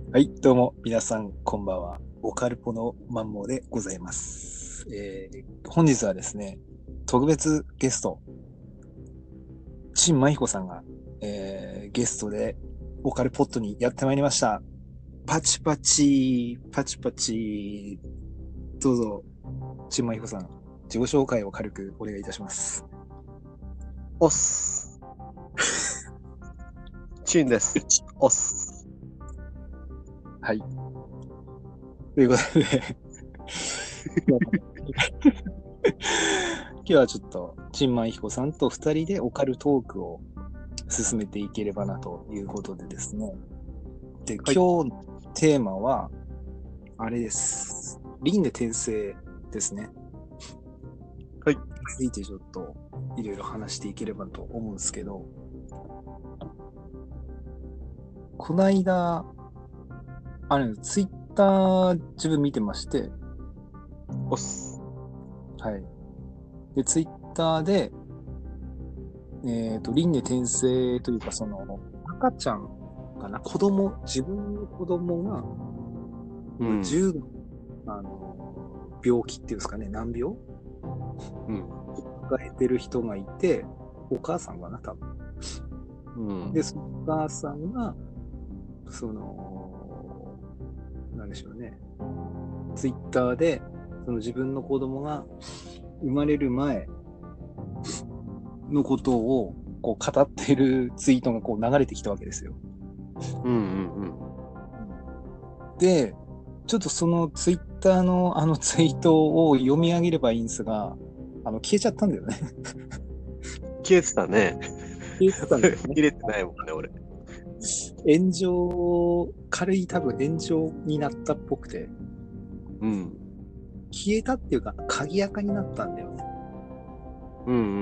はい、どうも、皆さん、こんばんは。オカルポのマンモーでございます。本日はですね、特別ゲスト、陳真彦さんが、ゲストでオカルポットにやってまいりました。パチパチ、パチパチ、どうぞ、陳真彦さん、自己紹介を軽くお願いいたします。 おっす。チューンです。おっす。 はい。ということで今日はちょっと、陳真彦さんと二人でオカルトークを進めていければなということでですね。で、 はい。 今日のテーマは、あれです。輪廻転生ですね。 はい。 についてちょっといろいろ話していければと思うんですけど、この間、ツイッター自分見てまして、 おっす。 はい。で、ツイッターで、輪廻転生というか、赤ちゃんかな、自分の子供が、今、 うん。 10病気っていうんですかね、難病うん。 抱えてる人がいて、お母さんかな、多分。 うん。 で、そのお母さんが、その、なんでしょうね、ツイッターで、その自分の子供が生まれる前のことをこう語っているツイートがこう流れてきたわけですよ。 うん。うん。 で、ちょっとそのツイッターのあのツイートを読み上げればいいんですが、消えちゃったんだよね。 消えてたね。 消えてたんだよね。 入れてないもんね、俺。 軽い多分炎上になったっぽくて、 うん。 消えたっていうか、鍵垢になったんだよね。 うん。うん。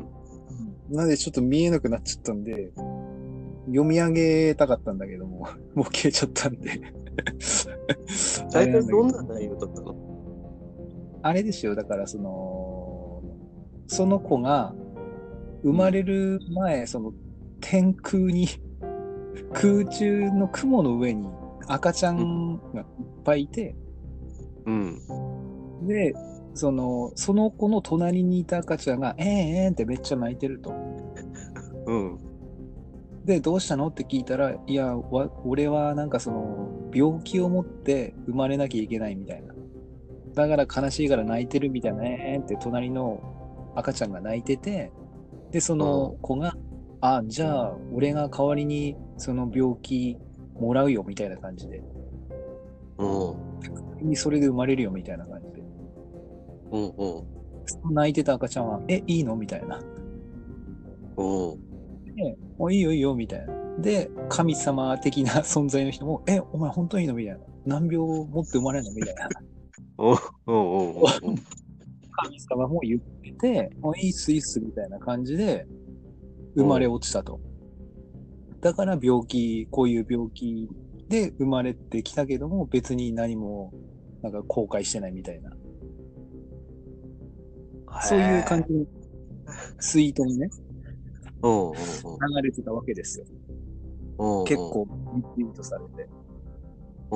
なのでちょっと見えなくなっちゃったんで、読み上げたかったんだけども、もう消えちゃったんであ大体れなんだけど、 どんな内容だったの？ あれですよ、だからその子が生まれる前、天空に、空中の雲の上に赤ちゃうん。 んがいっぱいいて、 うん。 で、その子の隣にいた赤ちゃんが、えーんってめっちゃ泣いてると。 うん。 で、どうしたのって聞いたら、いや、俺はなんか病気を持って生まれなきゃいけないみたいな。だから悲しいから泣いてるみたいなねって隣の赤ちゃんが泣いてて、で、そうん。 の子が、あ、じゃあ俺が代わりにその病気もらうよみたいな感じで、 うん。 それで生まれるよみたいな感じで。 うん。うん。 泣いてた赤ちゃんは、いいのみたいな。 うん。 で、いいよいいよみたいな。で、神様的な存在の人も、お前本当にいいのみたいな。難病を持って生まれるのみたいな。 うん。うん。 神様も言ってて、いいっすいいっすみたいな感じで生まれうん。 落ちたと。だからこういう病気で生まれてきたけども、別に何も、なんか後悔してないみたいな。 へそういう感じえ。 のツイートにね、 うん。うん。 流れてたわけですよ。 うん。うん。 結構リツイートされて。 うん。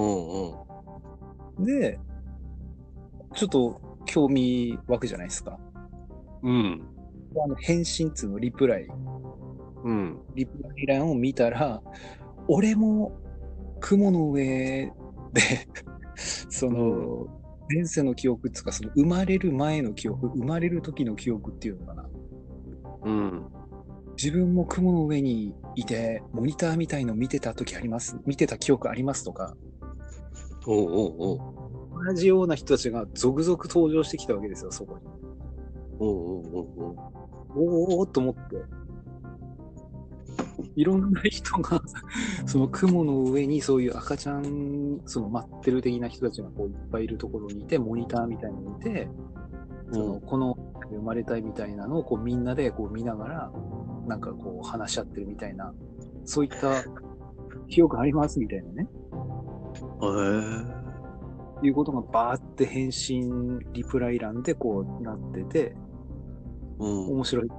で、ちょっと興味湧くじゃないですか。 うん。 返信通のうん。 リプライ欄を見たら、俺も雲の上でそうん。 の、前世の記憶っていうか、その生まれる前の記憶、生まれる時の記憶っていうのかな。 うん。 自分も雲の上にいて、モニターみたいの見てた記憶ありますとか、 おうおうおう。 同じような人たちが続々登場してきたわけですよ、そこに。 おうおうおうおう。 おーっと思って、いろんな人がその雲の上にそういう赤ちゃん、待ってる的な人たちがこういっぱいいるところにいて、モニターみたいなのにいて、 うん。 この生まれたいみたいなのをこうみんなでこう見ながら、なんかこう話し合ってるみたいな、そういった記憶ありますみたいなね、 へえ。 いうことがバーって返信、リプライ欄でこうなってて、 うん。 面白い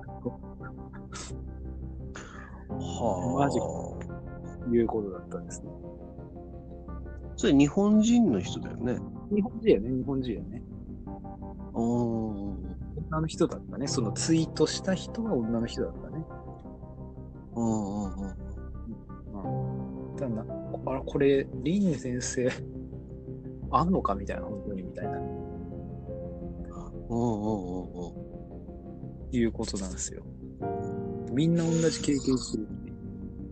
マジかはあ。 ということだったんですね。 それ日本人の人だよね。 日本人やね、日本人やね。 おー。 女の人だったね。そのツイートした人は女の人だったね。 うんうんうん。 ただこれ、林根先生、あんのかみたいな、本当にみたいな、いうことなんですよ。みんな同じ経験してるっていう。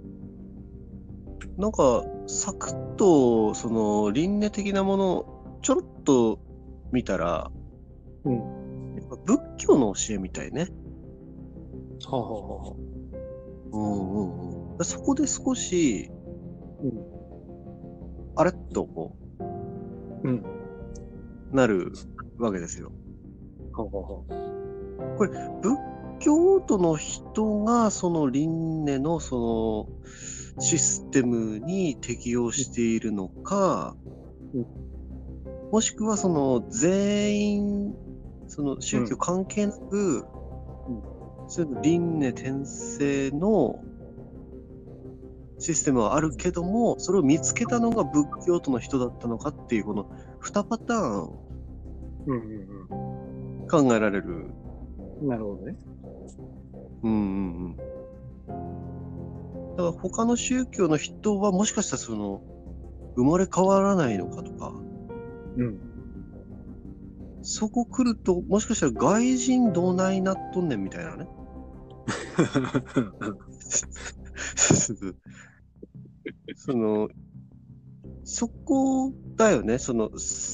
なんか、サクッと、その、輪廻的なものをちょろっと見たら、 うん。 やっぱ仏教の教えみたいね。 はあ、はあはあ、 そこで少し、あれっとこう、 なるわけですよ。 はあはあはあ、 これ、仏教徒の人が、その輪廻の、その、システムに適用しているのか、もしくは、その、全員、その、宗教関係なく、そういう輪廻転生のシステムはあるけども、それを見つけたのが仏教徒の人だったのかっていう、この2パターン考えられる。 なるほどね。 だから他の宗教の人はもしかしたらその、生まれ変わらないのかとか、そこ来ると、もしかしたら外人どないなっとんねんみたいなね。その、そこだよね、その、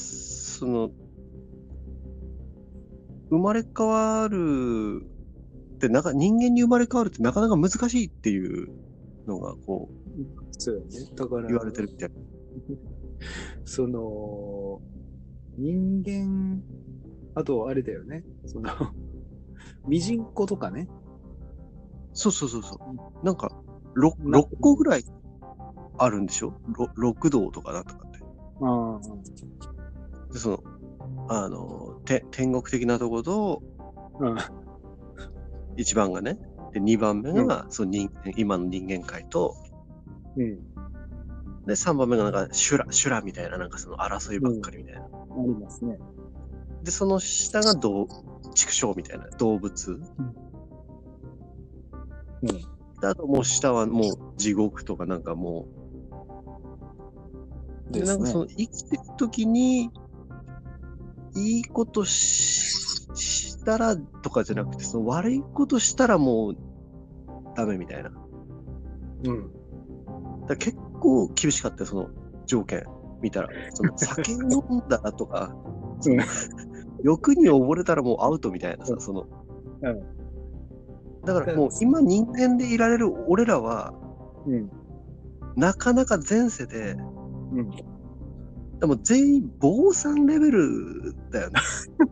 生まれ変わるって、人間に生まれ変わるってなかなか難しいっていうのが、こう、 そうよね。だから、 言われてるみたいな。 その、人間、あとあれだよね。その、ミジンコとかね。 そう。なんか、6個ぐらいあるんでしょ？六道とかなんとかって。で、その、天国的なところと、1番がね、で、2番目が、その今の人間界と、で、3番目がなんか、修羅みたいな、なんかその争いばっかりみたいな。 ありますね。 で、その下が畜生みたいな動物。で、あともう下はもう地獄とかなんかもう、で、なんかその生きてるときに、いいことしたらとかじゃなくて、その悪いことしたらもうダメみたいな。だから結構厳しかったよ、その条件見たら。その酒飲んだらとか、欲に溺れたらもうアウトみたいなさ、その。だからもう今人間でいられる俺らは、なかなか前世で、でも全員坊さんレベルだよね。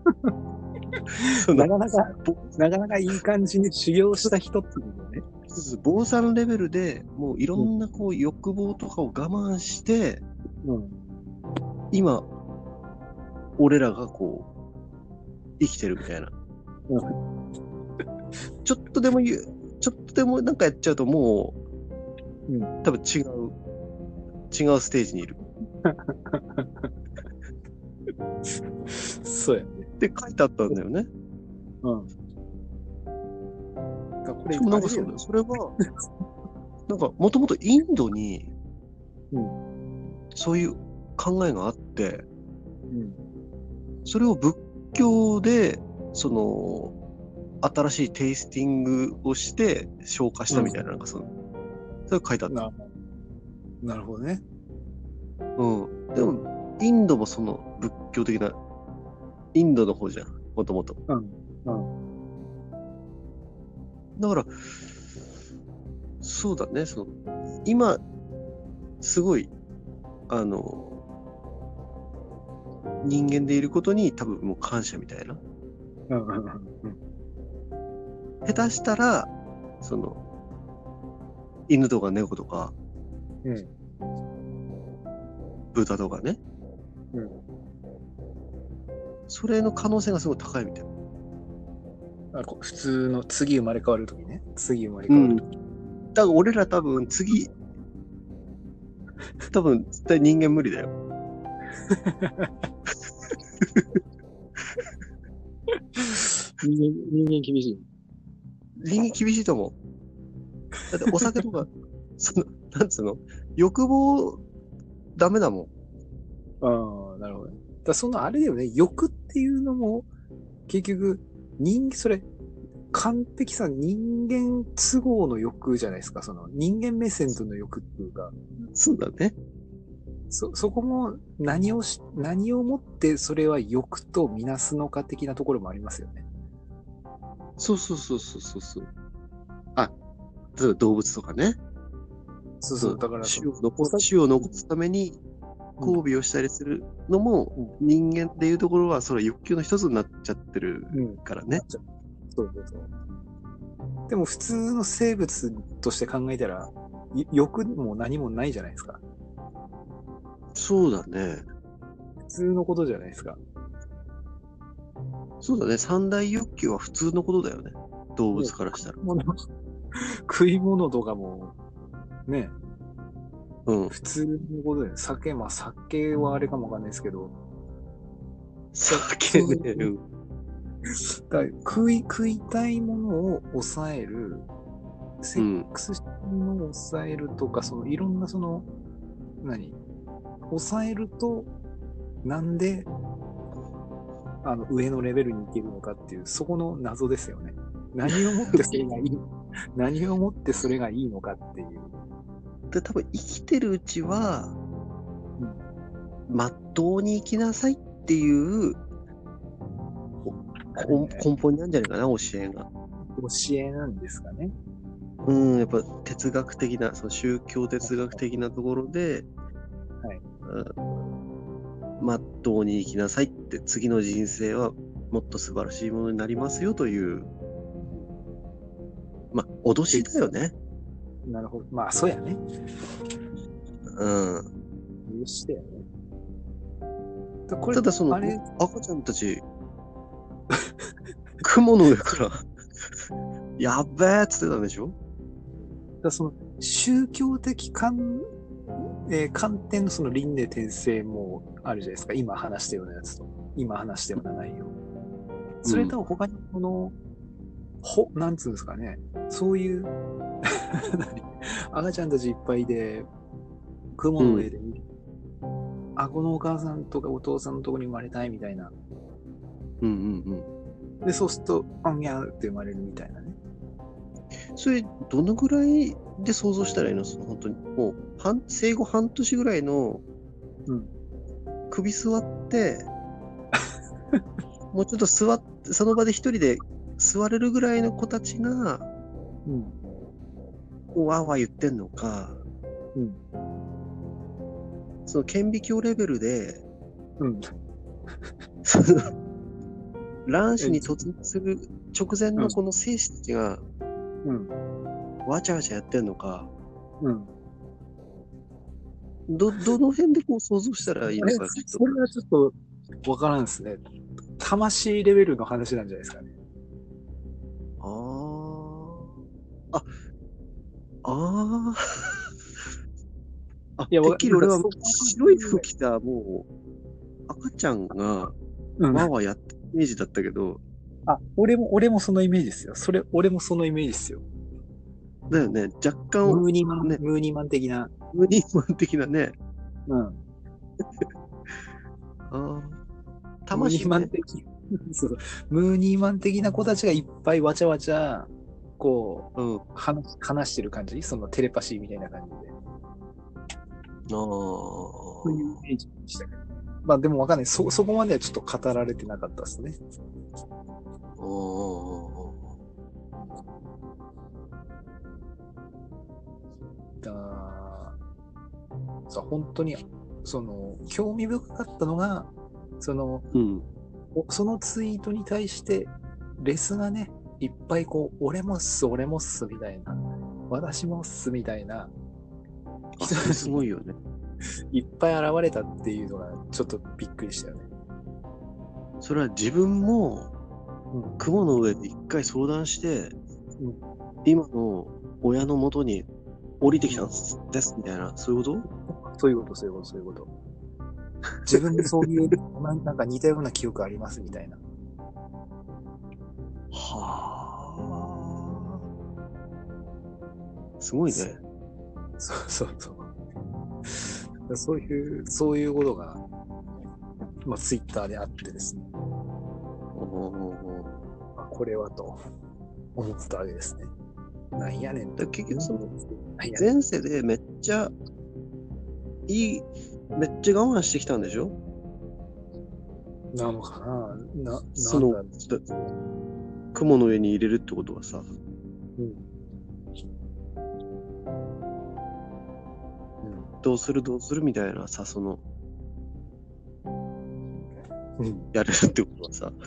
なかなかいい感じに修行した人ってことだね。 坊さんレベルでもういろんなこう欲望とかを我慢して、今、俺らがこう、生きてるみたいな。ちょっとでもなんかやっちゃうともう、多分違うステージにいる。 そうやね。 って書いてあったんだよね。しかもなんかそれは、なんかもともとインドに、そういう考えがあって、それを仏教で、その、新しいテイスティングをして消化したみたいな、なんかそれ書いてあった。 なるほどね。 でも、インドもその仏教的な、インドの方じゃん、もともと。だから、そうだね、その、今、すごい、人間でいることに多分もう感謝みたいな。下手したら、その、犬とか猫とか、豚とかね、それの可能性がすごい高いみたいな。 普通の次生まれ変わるときね。次生まれ変わるとき。 だから俺ら多分絶対人間無理だよ。 人間厳しい。 人間厳しいと思う。だってお酒とか、なんつうの欲望、ダメだもん。 ああ、なるほどね。そのあれだよね、欲っていうのも、結局、それ、完璧さ、人間都合の欲じゃないですか。その人間目線との欲っていうか、 そうだね。 そこも何をもってそれは欲とみなすのか的なところもありますよね。 そうそうそうそうそうそう。あ、例えば動物とかね。 そうそう、だから種を残すために交尾をしたりするのも、人間でいうところは、それは欲求の一つになっちゃってるからね。 そうそうそう。でも普通の生物として考えたら、欲も何もないじゃないですか。 そうだね。 普通のことじゃないですか。 そうだね。三大欲求は普通のことだよね。動物からしたら。 食い物とかも、ね、 うん。 普通のことで、酒はあれかもわかんないですけど、 酒ね。うん。 食いたいものを抑える、セックスしたものを抑えるとか、いろんな抑えると、なんで、上のレベルに行けるのかっていう、そこの謎ですよね。何をもってそれがいい、何をもってそれがいいのかっていう。 で、多分生きてるうちは、まっとうに生きなさいっていう根本にあるんじゃないかな、教えが。 教えなんですかね。 やっぱ哲学的な、宗教哲学的なところで、 はい。 まっとうに生きなさいって、次の人生はもっと素晴らしいものになりますよという、まあ、脅しだよね。 なるほど。まあ、そうやね。 うん。 脅しだよね。 ただあれ、赤ちゃんたち、雲の上からやっべーっつってたんでしょ？ 宗教的観点の輪廻転生もあるじゃないですか。今話したようなやつと。今話したような内容。それと他になんつうんですかね。そういう赤ちゃんたちいっぱいで、雲の上で見る。このお母さんとかお父さんのところに生まれたいみたいな。で、そうすると、あんぎゃーって生まれるみたいなね。 それ、どのぐらいで想像したらいいの？本当に。もう、生後半年ぐらいの、首座って、もうちょっと座って、その場で一人で座れるぐらいの子たちが、わーわー言ってんのか、その顕微鏡レベルで、卵子に突入する直前のこの精子たちが、わちゃわちゃやってんのか、どの辺で想像したらいいのか、 それはちょっとわからんですね。魂レベルの話なんじゃないですかね。 てっきり俺は白い服着た、もう、赤ちゃんが、わーわーやってるイメージだったけど。 俺もそのイメージですよ。俺もそのイメージですよ。 だよね、若干。 ムーニーマン的な。 ムーニーマン的なね。魂ね。 ムーニーマン的な子たちがいっぱいわちゃわちゃ、話してる感じ、そのテレパシーみたいな感じで。そういうイメージでしたけど。まあでもわかんない。そこまではちょっと語られてなかったですね。本当に、興味深かったのが、そのツイートに対して、レスがね、いっぱい俺もっすみたいな、私もっすみたいな、 すごいよね。 いっぱい現れたっていうのがちょっとびっくりしたよね。 それは自分も雲の上で一回相談して、今の親の元に降りてきたんですみたいな、そういうこと？ そういうこと。 自分でそういうなんか似たような記憶ありますみたいな。 はあ。すごいね。 そうそうそう。そういうことが、まあ、ツイッターであってですね。まあ、これはと思ってたわけですね。なんやねんと。 結局その、 なんやねん前世でめっちゃめっちゃ我慢してきたんでしょ？ なのかなそのなんだろ雲の上に入れるってことはさ、 う。うん。 どうするみたいなさ、その、 うん。 やれるってことはさ、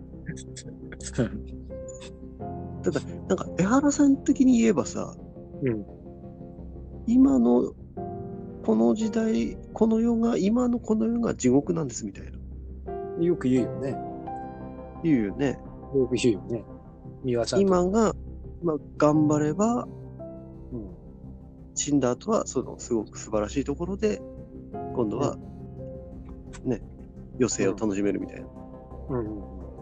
ただ、なんか、江原さん的に言えばさ、 うん。 今のこの時代、今のこの世が地獄なんですみたいな。 よく言うよね。 言うよね。 よく言うよね。美和ちゃんと。 今、頑張れば、 うん。 死んだ後は、すごく素晴らしいところで、今度は、ね、余生を楽しめるみたいな。 うん。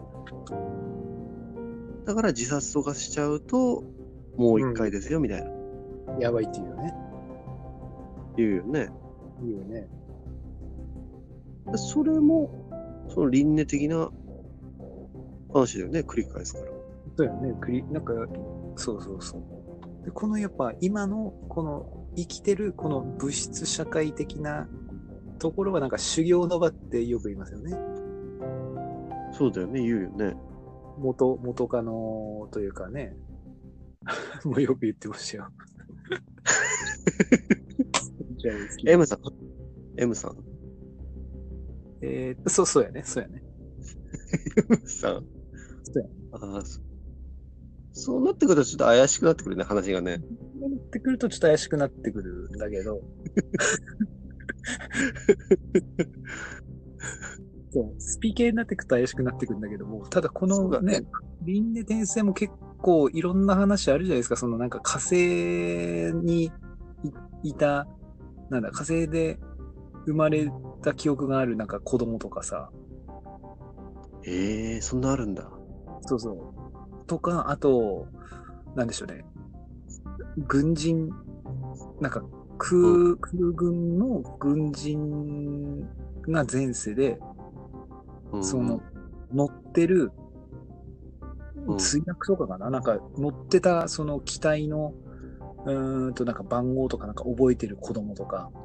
だから自殺とかしちゃうと、もう一回ですよ、みたいな。 やばいって言うよね。 言うよね。 言うよね。 それも、その輪廻的な話だよね、繰り返すから。 そうよね。なんか、そうそうそう。で、このやっぱ今のこの生きてるこの物質社会的なところはなんか修行の場ってよく言いますよね。 そうだよね、言うよね。 元カノというかね。もうよく言ってましたよ。 M さん。M さん。 そうやね。そうやね。 M さん。 そうやね。 ああ、そうなってくるとちょっと怪しくなってくるね、話がね。 そうなってくるとちょっと怪しくなってくるんだけど。そう、スピ系になってくると怪しくなってくるんだけども、ただこのね、輪廻転生も結構いろんな話あるじゃないですか。そのなんか火星にいた、なんだ、火星で生まれた記憶があるなんか子供とかさ。 そんなあるんだ。 そうそう。とか、あと、なんでしょうね。軍人、なんか空軍の軍人が前世で、その乗ってる通訳とかかな、なんか乗ってたその機体のなんか番号とかなんか覚えてる子供とか、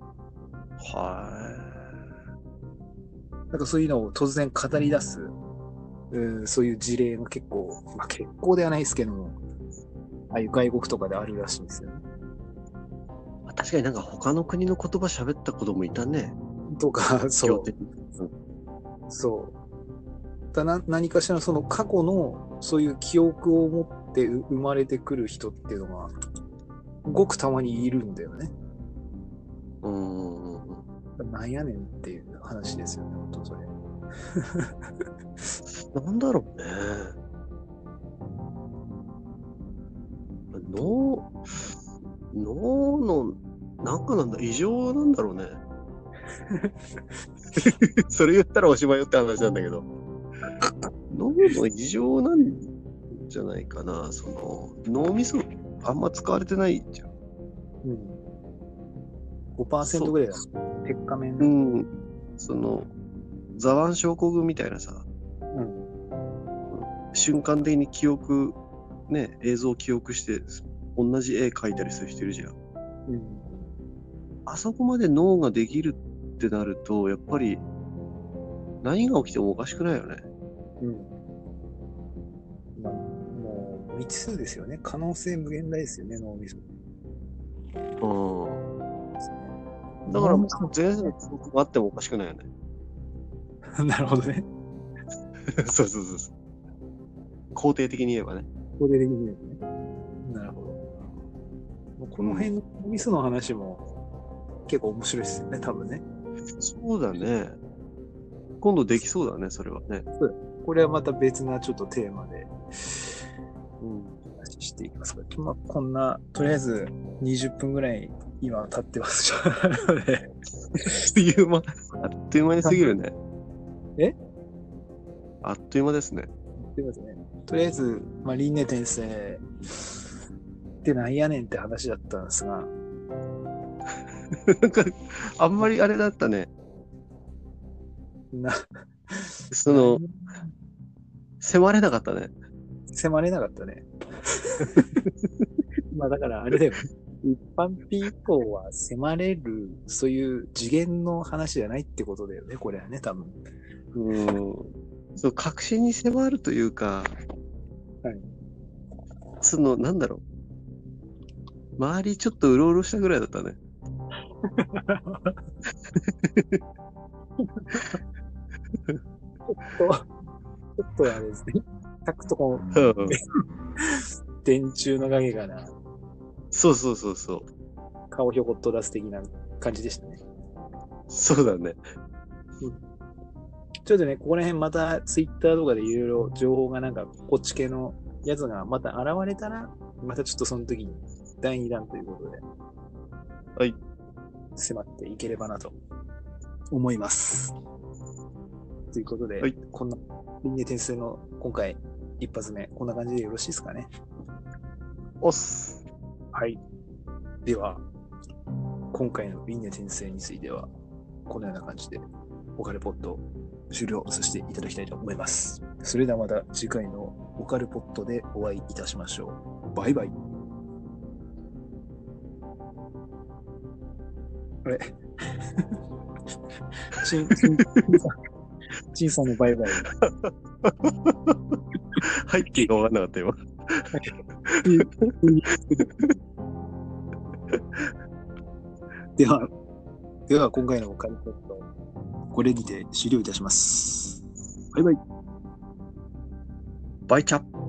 なんかそういうのを突然語り出す、そういう事例が結構、まあ結構ではないですけども、ああいう外国とかであるらしいんですよね。 確かになんか他の国の言葉喋った子供いたね。 とか、そう。そう。何かしらその過去のそういう記憶を持って生まれてくる人っていうのが、ごくたまにいるんだよね。なんやねんっていう話ですよね、本当それ。 なんだろうね。脳の、なんかなんだ、異常なんだろうね。それ言ったらおしまいよって話なんだけど。脳の異常なんじゃないかな。その、脳みそあんま使われてないじゃん。 5% ぐらいだ。鉄仮面。 その、ザワン症候群みたいなさ、瞬間的に映像を記憶して、同じ絵描いたりする人いるじゃん。あそこまで脳ができるってなると、やっぱり、何が起きてもおかしくないよね。 まあ、もう、未知数ですよね。可能性無限大ですよね、脳みそ。 だから、前世の記憶があってもおかしくないよね。 なるほどね。 そう。肯定的に言えばね。 肯定的に言えばね。なるほど。この辺のミスの話も結構面白いですよね、多分ね。 そうだね。今度できそうだね、それはね。 これはまた別なちょっとテーマで、話していきますか。まあ、こんな、とりあえず20分ぐらい今経ってますので。 という間、あっという間に過ぎるね。 えあっという間ですね。 すいませんね。とりあえず、まあ、輪廻転生ってなんやねんって話だったんですが、 なんか、あんまりあれだったね。 な、 その、迫れなかったね。 迫れなかったね。まあだからあれだよ。一般ピーポーは迫れる、そういう次元の話じゃないってことだよね、これはね、多分。 うん。そう、確信に迫るというか、 はい。 なんだろう。周りちょっとうろうろしたぐらいだったね。 ちょっとあれですね。タクトコン、 うん。 電柱の影がな、 そうそうそうそう。 顔ひょこっと出す的な感じでしたね。 そうだね。 ちょっとね、ここら辺またツイッターとかでいろいろ情報がなんかこっち系のやつがまた現れたら、またちょっとその時に第2弾ということで、 はい。 迫っていければなと思います。ということで、 はいこんな輪廻転生の今回一発目、こんな感じでよろしいですかね。 おっす。 はい。では、今回の輪廻転生については、このような感じで、オカルポット終了させていただきたいと思います。それではまた次回のオカルポットでお会いいたしましょう。バイバイ。あれチンさんのバイバイ。 背景が分かんなかったよ。 では今回のオカルポット、これにて終了いたします。バイバイ。 バイチャ。